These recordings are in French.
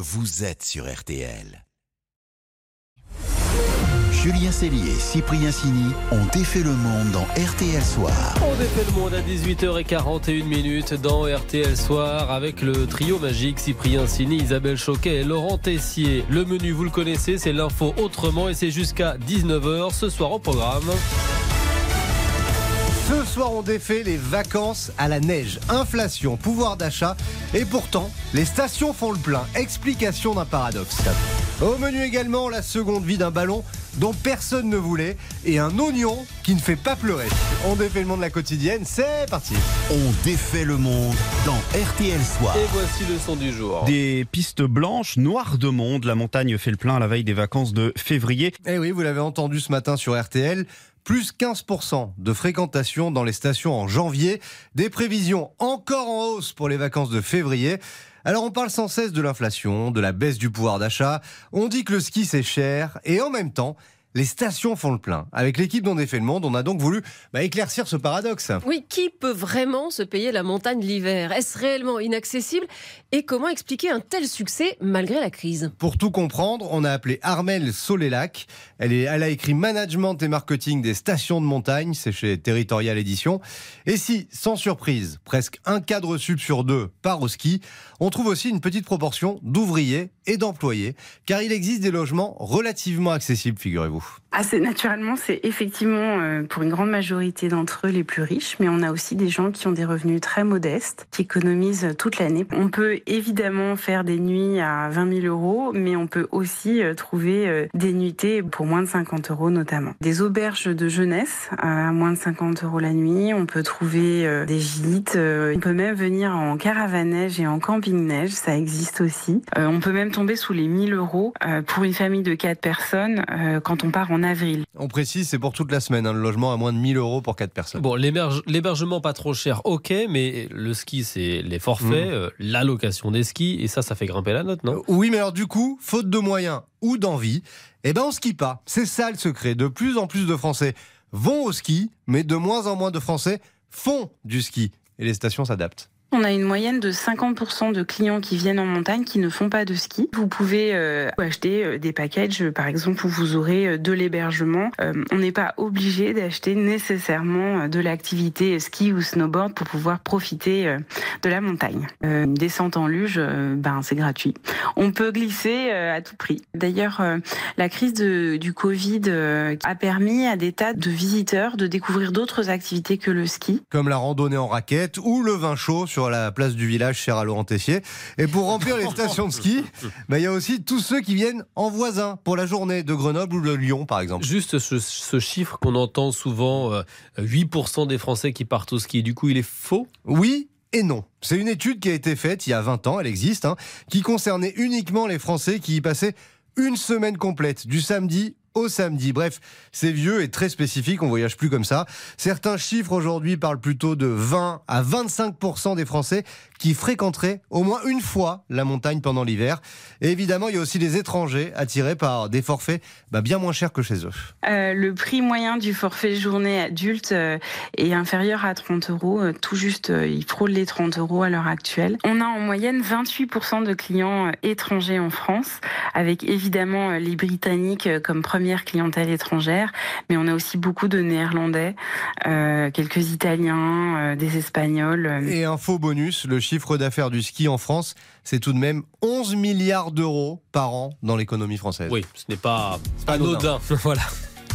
vous êtes sur RTL. Julien Cellier et Cyprien Sini ont défait le monde dans RTL Soir. On défait le monde à 18h41 dans RTL Soir avec le trio magique Cyprien Sini, Isabelle Choquet et Laurent Tessier. Le menu, vous le connaissez, c'est l'info autrement et c'est jusqu'à 19h ce soir au programme. Ce soir, on défait les vacances à la neige. Inflation, pouvoir d'achat. Et pourtant, les stations font le plein. Explication d'un paradoxe. Au menu également, la seconde vie d'un ballon dont personne ne voulait et un oignon qui ne fait pas pleurer. On défait le monde de la quotidienne, c'est parti. On défait le monde dans RTL Soir. Et voici le son du jour. Des pistes blanches, noires de monde. La montagne fait le plein à la veille des vacances de février. Eh oui, vous l'avez entendu ce matin sur RTL. Plus 15% de fréquentation dans les stations en janvier. Des prévisions encore en hausse pour les vacances de février. Alors on parle sans cesse de l'inflation, de la baisse du pouvoir d'achat. On dit que le ski c'est cher et en même temps, les stations font le plein. Avec l'équipe d'On défait le monde, on a donc voulu éclaircir ce paradoxe. Oui, qui peut vraiment se payer la montagne l'hiver ? Est-ce réellement inaccessible ? Et comment expliquer un tel succès malgré la crise ? Pour tout comprendre, on a appelé Armelle Solélac. Elle a écrit Management et Marketing des stations de montagne, c'est chez Territorial Édition. Et si, sans surprise, presque un cadre sup sur deux part au ski, on trouve aussi une petite proportion d'ouvriers et d'employés, car il existe des logements relativement accessibles, figurez-vous. Assez naturellement, c'est effectivement pour une grande majorité d'entre eux les plus riches, mais on a aussi des gens qui ont des revenus très modestes, qui économisent toute l'année. On peut évidemment faire des nuits à 20 000 euros, mais on peut aussi trouver des nuitées pour moins de 50 euros notamment. Des auberges de jeunesse à moins de 50 euros la nuit, on peut trouver des gîtes, on peut même venir en caravane-neige et en camping-neige, ça existe aussi. On peut même tomber sous les 1 000 euros pour une famille de 4 personnes quand on part en avril. On précise, c'est pour toute la semaine, le logement à moins de 1 000 euros pour 4 personnes. Bon, l'hébergement pas trop cher, ok, mais le ski c'est les forfaits, la location des skis, et ça fait grimper la note, non ? Oui, mais alors du coup, faute de moyens ou d'envie, on skie pas. C'est ça le secret. De plus en plus de Français vont au ski, mais de moins en moins de Français font du ski. Et les stations s'adaptent. On a une moyenne de 50% de clients qui viennent en montagne qui ne font pas de ski. Vous pouvez acheter des packages, par exemple, où vous aurez de l'hébergement. On n'est pas obligé d'acheter nécessairement de l'activité ski ou snowboard pour pouvoir profiter de la montagne. Une descente en luge, c'est gratuit. On peut glisser à tout prix. D'ailleurs, la crise du Covid a permis à des tas de visiteurs de découvrir d'autres activités que le ski. Comme la randonnée en raquette ou le vin chaud sur la place du village, cher à Laurent Tessier. Et pour remplir les stations de ski, il y a aussi tous ceux qui viennent en voisin pour la journée de Grenoble ou de Lyon, par exemple. Juste ce chiffre qu'on entend souvent, 8% des Français qui partent au ski. Du coup, il est faux ? Oui et non. C'est une étude qui a été faite il y a 20 ans, elle existe, qui concernait uniquement les Français qui y passaient une semaine complète, du samedi au samedi. Bref, c'est vieux et très spécifique, on voyage plus comme ça. Certains chiffres aujourd'hui parlent plutôt de 20 à 25% des Français qui fréquenteraient au moins une fois la montagne pendant l'hiver. Et évidemment, il y a aussi des étrangers attirés par des forfaits bien moins chers que chez eux. Le prix moyen du forfait journée adulte est inférieur à 30 euros. Tout juste, il frôle les 30 euros à l'heure actuelle. On a en moyenne 28% de clients étrangers en France, avec évidemment les Britanniques comme première clientèle étrangère, mais on a aussi beaucoup de Néerlandais, quelques Italiens, des Espagnols. Et un faux bonus, le chiffre d'affaires du ski en France, c'est tout de même 11 milliards d'euros par an dans l'économie française. Oui, ce n'est pas anodin. Voilà.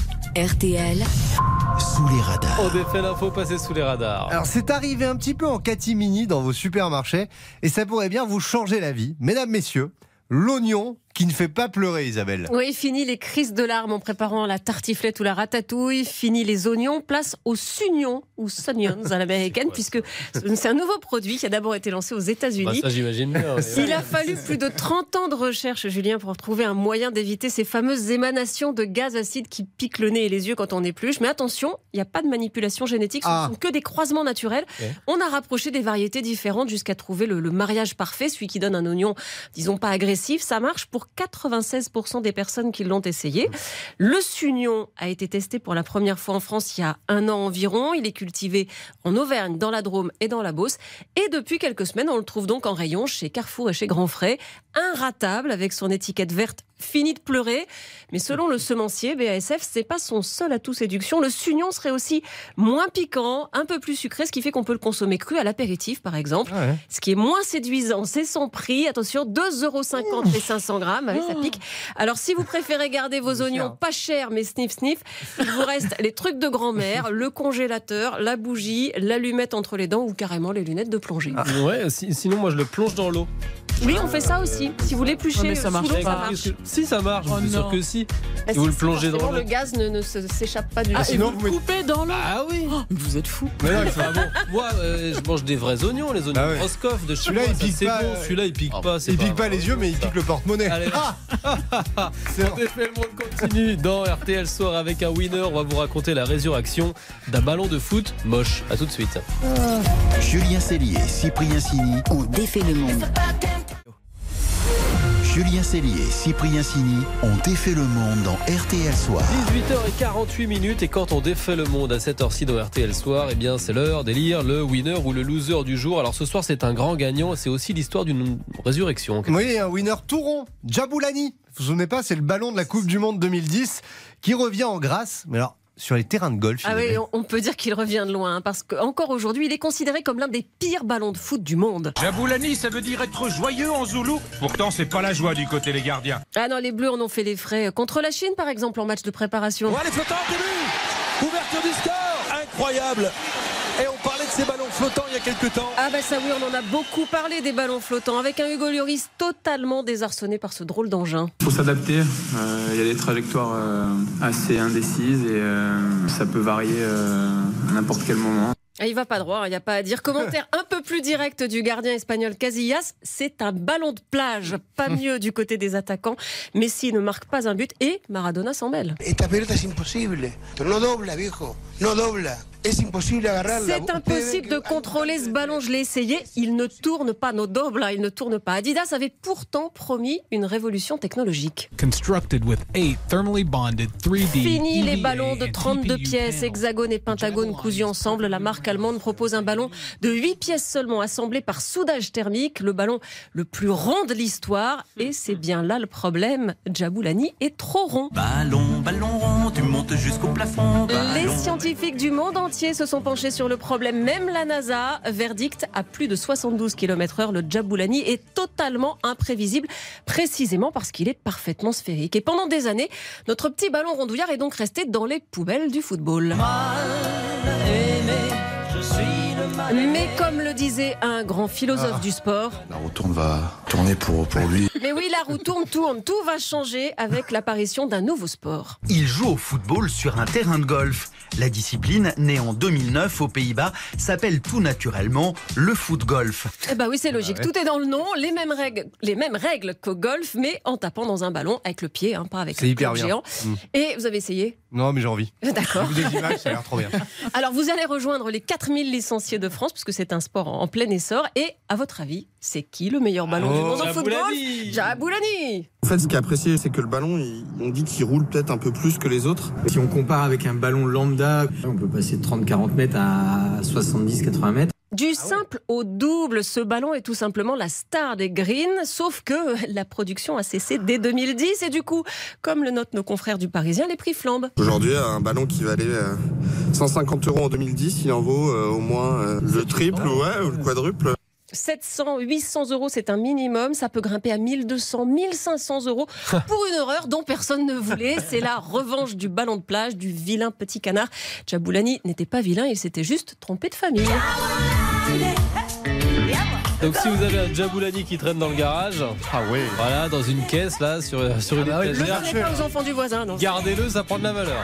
RTL. Sous les radars. On défait l'info passée sous les radars. Alors c'est arrivé un petit peu en catimini dans vos supermarchés et ça pourrait bien vous changer la vie. Mesdames, messieurs, l'oignon qui ne fait pas pleurer, Isabelle. Oui, fini les crises de larmes en préparant la tartiflette ou la ratatouille, fini les oignons, place aux sunions ou sunions à l'américaine, puisque c'est un nouveau produit qui a d'abord été lancé aux États-Unis. Ça, j'imagine bien. Il a fallu plus de 30 ans de recherche, Julien, pour trouver un moyen d'éviter ces fameuses émanations de gaz acide qui piquent le nez et les yeux quand on épluche. Mais attention, il n'y a pas de manipulation génétique, ce ne sont que des croisements naturels. Ouais. On a rapproché des variétés différentes jusqu'à trouver le mariage parfait, celui qui donne un oignon, disons pas agressif. Ça marche pour pour 96% des personnes qui l'ont essayé. Le sugnon a été testé pour la première fois en France il y a 1 an environ. Il est cultivé en Auvergne, dans la Drôme et dans la Beauce. Et depuis quelques semaines, on le trouve donc en rayon chez Carrefour et chez Grand Frais. Inratable avec son étiquette verte, fini de pleurer. Mais selon le semencier, BASF, c'est pas son seul atout séduction. Le sugnon serait aussi moins piquant, un peu plus sucré, ce qui fait qu'on peut le consommer cru à l'apéritif, par exemple. Ouais. Ce qui est moins séduisant, c'est son prix. Attention, 2,50 € les 500 grammes. Oui, ça pique. Alors, si vous préférez garder vos oignons pas chers, mais sniff, il vous reste les trucs de grand-mère, le congélateur, la bougie, l'allumette entre les dents ou carrément les lunettes de plongée. Ouais, sinon moi je le plonge dans l'eau. Oui, on fait ça aussi. Si vous l'épluchez, mais ça marche sous l'eau, pas. ça marche. Si, ça marche, je suis sûr que si. Bah, Si vous le si, plongez dans forcément, l'eau. le gaz ne s'échappe pas du tout. sinon, vous coupez dans l'eau. Ah oui. Vous êtes fou. Mais non, Ah bon, moi, je mange des vrais oignons, les oignons Ah ouais. Roscoff de chez Celui-là, moi. il ça, pique c'est pas, bon. Celui-là, il pique pas. il pique pas les yeux, mais il pique le porte-monnaie. Allez, C'est On défait le monde continue dans RTL Soir avec un winner. On va vous raconter la résurrection d'un ballon de foot moche. À tout de suite. Julien Cellier, Cyprien Sini. On défait le monde. Julien Cellier, Cyprien Sini ont défait le monde dans RTL Soir. 18h48 et quand on défait le monde à cette heure-ci dans RTL Soir, eh bien c'est l'heure d'élire le winner ou le loser du jour. Alors ce soir c'est un grand gagnant et c'est aussi l'histoire d'une résurrection. Oui, un winner tout rond, Djaboulani. Vous vous souvenez pas, c'est le ballon de la Coupe du Monde 2010 qui revient en grâce. Mais alors, sur les terrains de golf. Ah oui, on peut dire qu'il revient de loin, parce qu'encore aujourd'hui, il est considéré comme l'un des pires ballons de foot du monde. Djaboulani, ça veut dire être joyeux en zoulou. Pourtant, c'est pas la joie du côté des gardiens. Ah non, les Bleus en ont fait les frais contre la Chine, par exemple, en match de préparation. Ouais, les flottants, début. Ouverture du score. Incroyable. Et on parlait de ces ballons flottants il y a quelques temps. Ah bah ça oui, on en a beaucoup parlé des ballons flottants, avec un Hugo Lloris totalement désarçonné par ce drôle d'engin. Il faut s'adapter, il y a des trajectoires assez indécises et ça peut varier à n'importe quel moment. Il va pas droit, il n'y a pas à dire. Commentaire un peu plus direct du gardien espagnol Casillas, c'est un ballon de plage, pas mieux du côté des attaquants. Messi ne marque pas un but et Maradona s'en mêle. Esta pelota es imposible, no dobla, viejo, no dobla. Es imposible agarrarla. C'est impossible de contrôler ce ballon, je l'ai essayé, il ne tourne pas, no dobla, il ne tourne pas. Adidas avait pourtant promis une révolution technologique. Constructed with 8 thermally bonded 3D Fini les EVA ballons de and 32 TPU pièces, panels. hexagone et pentagone cousus ensemble. La marque allemande propose un ballon de 8 pièces seulement, assemblé par soudage thermique, le ballon le plus rond de l'histoire. Et c'est bien là le problème, Djaboulani est trop rond. Ballon rond, tu montes jusqu'au plafond. Les scientifiques du monde entier se sont penchés sur le problème, même la NASA. Verdict, à plus de 72 km/h, le Djaboulani est totalement imprévisible, précisément parce qu'il est parfaitement sphérique. Et pendant des années, notre petit ballon rondouillard est donc resté dans les poubelles du football. Mais comme le disait un grand philosophe du sport, la roue tourne va tourner pour lui. mais oui, la roue tourne, tout va changer avec l'apparition d'un nouveau sport. Il joue au football sur un terrain de golf. La discipline, née en 2009 aux Pays-Bas, s'appelle tout naturellement le foot-golf. Eh ben oui, c'est logique. Tout est dans le nom, les mêmes règles qu'au golf, mais en tapant dans un ballon avec le pied, pas avec un club géant. Et vous avez essayé ? Non, mais j'ai envie. D'accord. Des images, ça a l'air trop bien. Alors, vous allez rejoindre les 4000 licenciés de France, puisque c'est un sport en plein essor. Et à votre avis, c'est qui le meilleur ballon du monde en football ? Djaboulani. En fait, ce qui est apprécié, c'est que le ballon, on dit qu'il roule peut-être un peu plus que les autres. Si on compare avec un ballon lambda, on peut passer de 30-40 mètres à 70-80 mètres. Du simple au double, ce ballon est tout simplement la star des greens, sauf que la production a cessé dès 2010 et du coup, comme le notent nos confrères du Parisien, les prix flambent. Aujourd'hui, un ballon qui valait 150 € en 2010, il en vaut au moins le triple ou le quadruple. 700, 800 €, c'est un minimum. Ça peut grimper à 1200, 1500 € pour une horreur dont personne ne voulait. C'est la revanche du ballon de plage, du vilain petit canard. Djaboulani n'était pas vilain, il s'était juste trompé de famille. Donc si vous avez un Djaboulani qui traîne dans le garage, voilà, dans une caisse là, sur une étagère, Ne le donnez pas aux enfants du voisin, non. Gardez-le, ça prend de la valeur.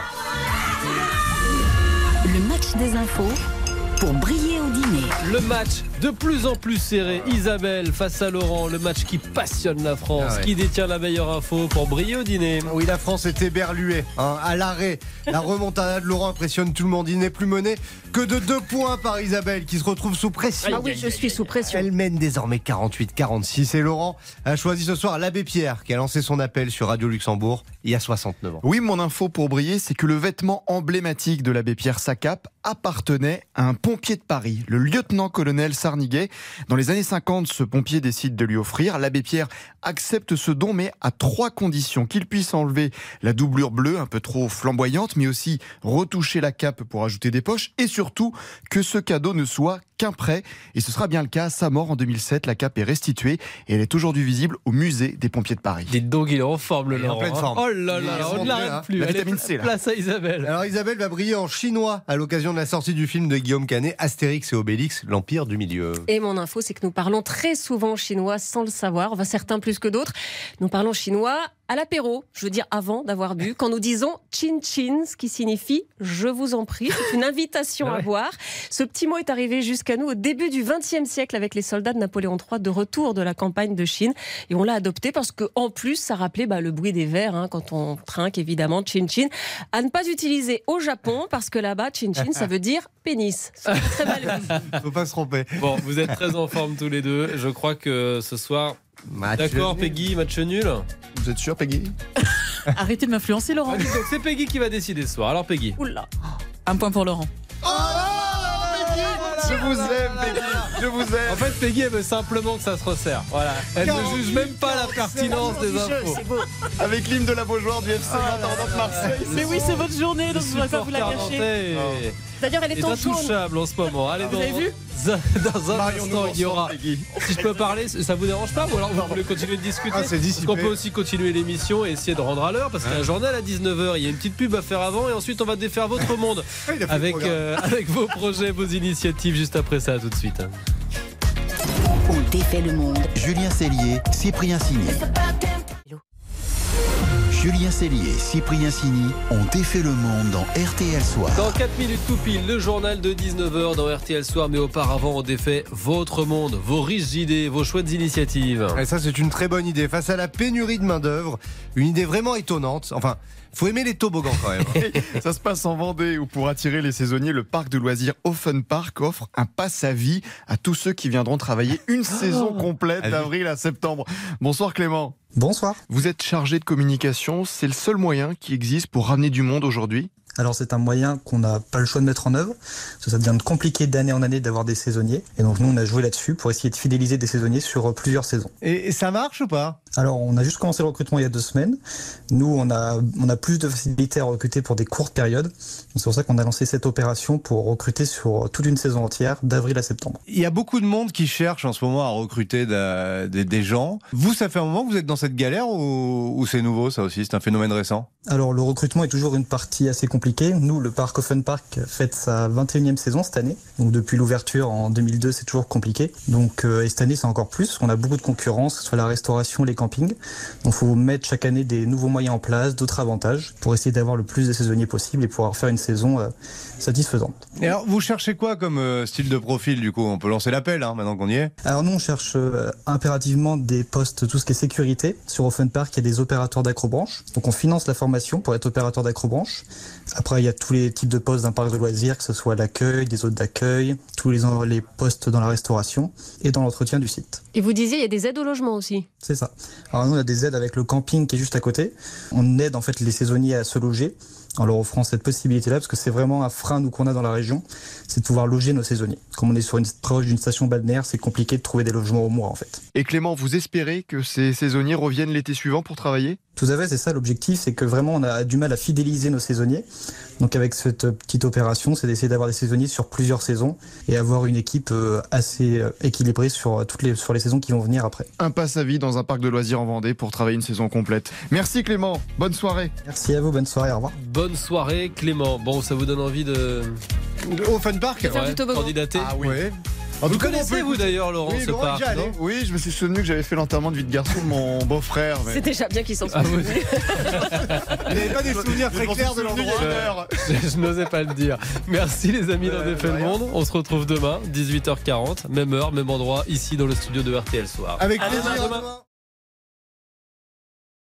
Le match des infos pour briller au dîner. Le match de plus en plus serré. Isabelle face à Laurent, le match qui passionne la France, qui détient la meilleure info pour briller au dîner. Oui, la France est éberluée à l'arrêt. La remontada de Laurent impressionne tout le monde. Il n'est plus mené que de 2 points par Isabelle qui se retrouve sous pression. Ah oui, je suis sous pression. Elle mène désormais 48-46 et Laurent a choisi ce soir l'abbé Pierre qui a lancé son appel sur Radio Luxembourg il y a 69 ans. Oui, mon info pour briller, c'est que le vêtement emblématique de l'abbé Pierre, sa cape, appartenait à un pompier de Paris, le lieutenant-colonel Sarniguet. Dans les années 50, ce pompier décide de lui offrir. L'abbé Pierre accepte ce don, mais à 3 conditions. Qu'il puisse enlever la doublure bleue, un peu trop flamboyante, mais aussi retoucher la cape pour ajouter des poches, et surtout que ce cadeau ne soit qu'un prêt. Et ce sera bien le cas. À sa mort en 2007, la cape est restituée et elle est aujourd'hui visible au musée des pompiers de Paris. Dites donc, il est en forme, le Laurent. en pleine forme. Oh là là, on ne l'arrête plus. La Allez, vitamine C, là. place à Isabelle. Alors Isabelle va briller en chinois à l'occasion de la sortie du film de Guillaume Canet, Astérix et Obélix, l'Empire du Milieu. Et mon info, c'est que nous parlons très souvent chinois sans le savoir, enfin certains plus que d'autres. Nous parlons chinois à l'apéro, je veux dire avant d'avoir bu, quand nous disons chin chin, ce qui signifie je vous en prie. C'est une invitation à boire. Ce petit mot est arrivé jusqu'à nous au début du XXe siècle avec les soldats de Napoléon III de retour de la campagne de Chine. Et on l'a adopté parce qu'en plus, ça rappelait le bruit des verres quand on trinque, évidemment, chin chin. À ne pas utiliser au Japon parce que là-bas, chin chin, ça veut dire pénis. C'est très mal vu. Faut pas se tromper. Bon, vous êtes très en forme tous les deux. Je crois que ce soir... D'accord, Peggy, match nul. Vous êtes sûr, Peggy? Arrêtez de m'influencer, Laurent. Donc c'est Peggy qui va décider ce soir. Alors Peggy. Oula. Un point pour Laurent. Je vous aime, Peggy. Je vous aime. En fait, Peggy, elle veut simplement que ça se resserre. Voilà. Elle ne juge même pas la pertinence des infos. Avec l'hymne de la Beaujoire du FC Saint-Ardent de Marseille. Mais oui, c'est votre journée, donc je ne vais pas vous la cacher. D'ailleurs, elle est en jaune. Intouchable en ce moment. Allez, vous avez vu? Dans un instant, il y aura. Si je peux parler, ça vous dérange pas? Ou alors vous voulez continuer de discuter? Parce qu'on peut aussi continuer l'émission et essayer de rendre à l'heure. Parce qu'il y a un journal à 19h. Il y a une petite pub à faire avant. Et ensuite, on va défaire votre monde. avec vos projets, vos initiatives. Juste après ça, tout de suite. On défait le monde. Julien Cellier, Cyprien Signy. Julien Cellier, Cyprien Signy ont défait le monde dans RTL Soir. Dans 4 minutes tout pile, le journal de 19h dans RTL Soir. Mais auparavant, on défait votre monde, vos riches idées, vos chouettes initiatives. Et ça, c'est une très bonne idée. Face à la pénurie de main-d'œuvre, une idée vraiment étonnante. Enfin, faut aimer les toboggans quand même. Ça se passe en Vendée où pour attirer les saisonniers, le parc de loisirs Offen Park offre un pass à vie à tous ceux qui viendront travailler une saison complète d'avril à septembre. Bonsoir Clément. Bonsoir. Vous êtes chargé de communication, c'est le seul moyen qui existe pour ramener du monde aujourd'hui? Alors c'est un moyen qu'on n'a pas le choix de mettre en œuvre, parce que ça devient compliqué d'année en année d'avoir des saisonniers. Et donc nous on a joué là-dessus pour essayer de fidéliser des saisonniers sur plusieurs saisons. Et ça marche ou pas? Alors on a juste commencé le recrutement il y a 2 semaines. Nous on a plus de facilité à recruter pour des courtes périodes. C'est pour ça qu'on a lancé cette opération pour recruter sur toute une saison entière, d'avril à septembre. Il y a beaucoup de monde qui cherche en ce moment à recruter des gens. Vous, ça fait un moment que vous êtes dans cette galère ou c'est nouveau ça aussi? C'est un phénomène récent? Alors le recrutement est toujours une partie assez compliquée. Nous, le parc Offen Park fête sa 21e saison cette année. Donc depuis l'ouverture en 2002, c'est toujours compliqué. Donc et cette année, c'est encore plus. On a beaucoup de concurrence, que ce soit la restauration, les campings. Donc il faut mettre chaque année des nouveaux moyens en place, d'autres avantages, pour essayer d'avoir le plus de saisonniers possible et pouvoir faire une saison satisfaisante. Et alors, vous cherchez quoi comme style de profil du coup? On peut lancer l'appel maintenant qu'on y est. Alors nous, on cherche impérativement des postes, tout ce qui est sécurité. Sur Offen Park, il y a des opérateurs d'accrobranche. Donc on finance la formation pour être opérateur d'accrobranche. Après, il y a tous les types de postes d'un parc de loisirs, que ce soit l'accueil, des hôtes d'accueil, tous les postes dans la restauration et dans l'entretien du site. Et vous disiez, il y a des aides au logement aussi? C'est ça. Alors nous, on a des aides avec le camping qui est juste à côté. On aide en fait les saisonniers à se loger en leur offrant cette possibilité-là, parce que c'est vraiment un frein nous qu'on a dans la région, c'est de pouvoir loger nos saisonniers. Comme on est proche d'une station balnéaire, c'est compliqué de trouver des logements au mois en fait. Et Clément, vous espérez que ces saisonniers reviennent l'été suivant pour travailler? Tout à fait, c'est ça l'objectif, c'est que vraiment on a du mal à fidéliser nos saisonniers. Donc avec cette petite opération, c'est d'essayer d'avoir des saisonniers sur plusieurs saisons et avoir une équipe assez équilibrée sur les saisons qui vont venir après. Un pass à vie dans un parc de loisirs en Vendée pour travailler une saison complète. Merci Clément, bonne soirée. Merci à vous, bonne soirée, au revoir. Bonne soirée Clément. Bon, ça vous donne envie de... Offen Park? Candidater? Ah oui. Ouais. Vous connaissez vous d'ailleurs Laurent ce parc, non? Oui, je me suis souvenu que j'avais fait l'enterrement de vie de garçon de mon beau-frère. Mais... C'est déjà bien qu'ils s'en souviennent. Il n'y avait pas des souvenirs très clairs de l'endroit. Je n'osais pas le dire. Merci les amis d'Un défait le monde. On se retrouve demain, 18h40, même heure, même endroit, ici dans le studio de RTL Soir. Avec plaisir.